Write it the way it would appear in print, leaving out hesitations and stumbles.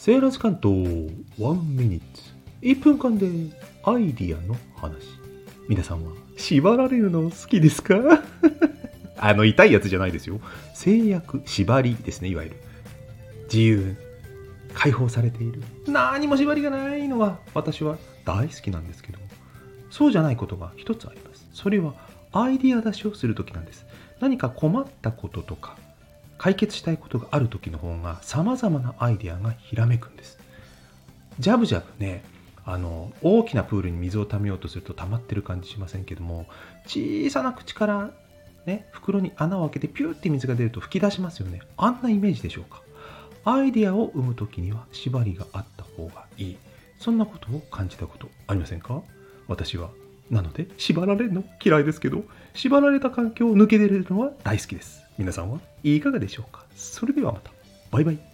セーラー時間と1ミニッツ1分間でアイディアの話。皆さんは縛られるの好きですか？痛いやつじゃないですよ。制約、縛りですね。いわゆる自由、解放されている、何も縛りがないのが私は大好きなんですけども、そうじゃないことが一つあります。それはアイディア出しをするときなんです。何か困ったこととか解決したいことがあるときの方が様々なアイディアがひらめくんです。ジャブジャブね、大きなプールに水をためようとすると溜まってる感じしませんけども、小さな口からね、袋に穴を開けてピューって水が出ると吹き出しますよね。あんなイメージでしょうか。アイディアを生むときには縛りがあった方がいい。そんなことを感じたことありませんか？私は。なので、縛られるの嫌いですけど、縛られた環境を抜け出れるのは大好きです。皆さんはいかがでしょうか？それではまた。バイバイ。